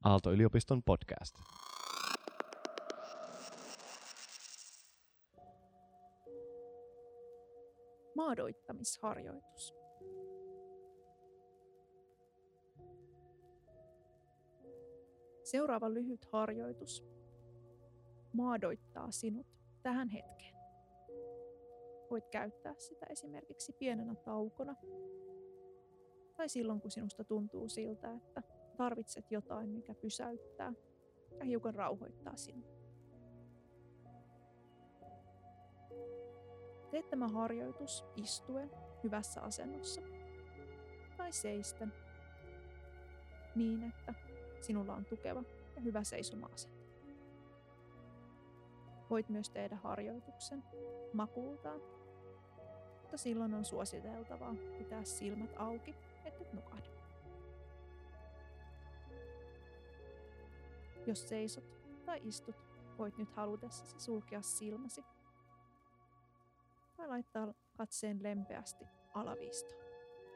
Aalto-yliopiston podcast. Maadoittamisharjoitus. Seuraava lyhyt harjoitus maadoittaa sinut tähän hetkeen. Voit käyttää sitä esimerkiksi pienenä taukona tai silloin, kun sinusta tuntuu siltä, että tarvitset jotain, mikä pysäyttää ja hiukan rauhoittaa sinua. Teet tämä harjoitus istuen hyvässä asennossa tai seisten niin, että sinulla on tukeva ja hyvä seisoma-asento. Voit myös tehdä harjoituksen makuultaan, mutta silloin on suositeltavaa pitää silmät auki, ettet nukahda. Jos seisot tai istut, voit nyt halutessasi sulkea silmäsi tai laittaa katseen lempeästi alaviistoon.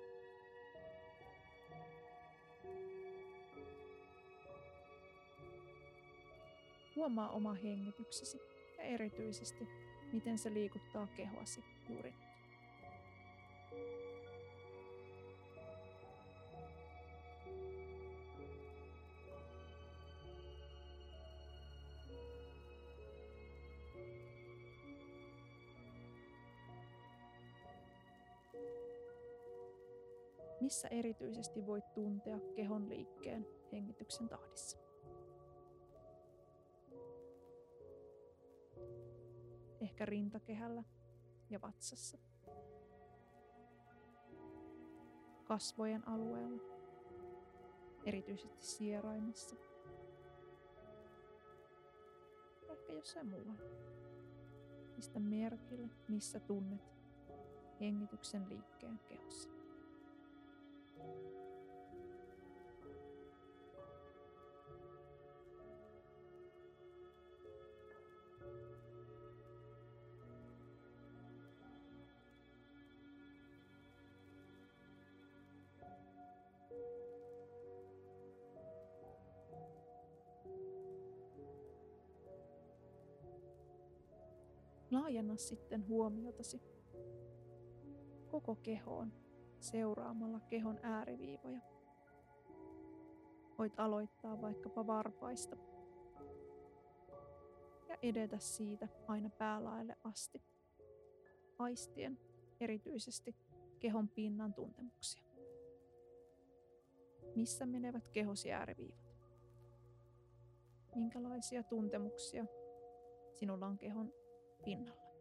Huomaa oma hengityksesi ja erityisesti, miten se liikuttaa kehoasi juuri nyt. Missä erityisesti voit tuntea kehon liikkeen hengityksen tahdissa? Ehkä rintakehällä ja vatsassa. Kasvojen alueella, erityisesti sieraimissa. Ehkä jossain muualla. Pistä merkille, missä tunnet hengityksen liikkeen kehossa. Laajenna sitten huomiotasi koko kehoon seuraamalla kehon ääriviivoja. Voit aloittaa vaikkapa varpaista ja edetä siitä aina päälaelle asti, aistien erityisesti kehon pinnan tuntemuksia. Missä menevät kehosi ääriviivat? Minkälaisia tuntemuksia sinulla on kehon pinnalla?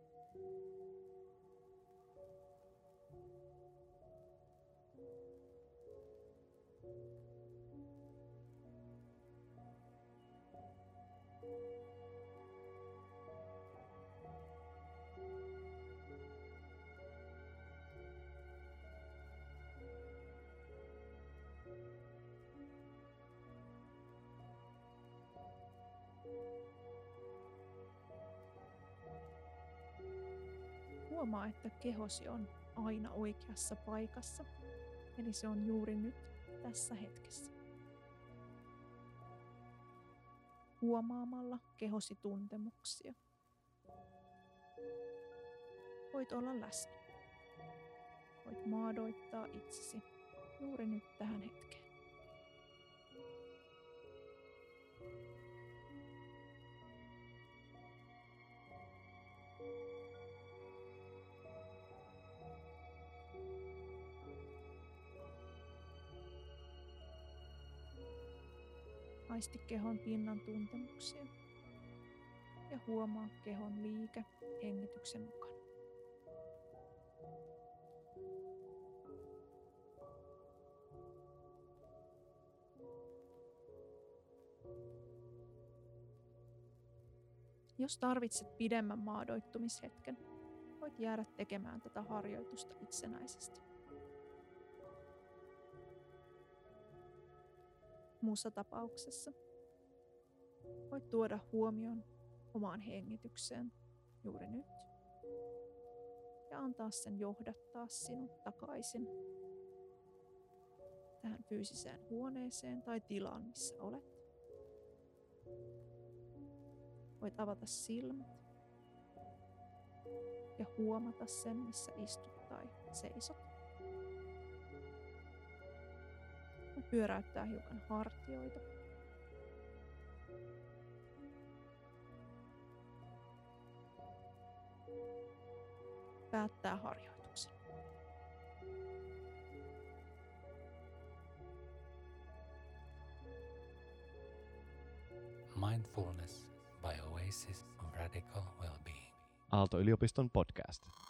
Huomaa, että kehosi on aina oikeassa paikassa, eli se on juuri nyt tässä hetkessä. Huomaamalla kehosi tuntemuksia voit olla läsnä. Voit maadoittaa itsesi juuri nyt tähän hetkeen. Aisti kehon pinnan tuntemuksia ja huomaa kehon liike hengityksen mukana. Jos tarvitset pidemmän maadoittumishetken, voit jäädä tekemään tätä harjoitusta itsenäisesti. Muussa tapauksessa voit tuoda huomion omaan hengitykseen juuri nyt ja antaa sen johdattaa sinut takaisin tähän fyysiseen huoneeseen tai tilaan, missä olet. Voit avata silmät ja huomata sen, missä istut tai seisot. Voit pyöräyttää hiukan hartioita. Päättää harjoituksen. Mindfulness by Oasis of Radical Wellbeing. Aalto-yliopiston podcast.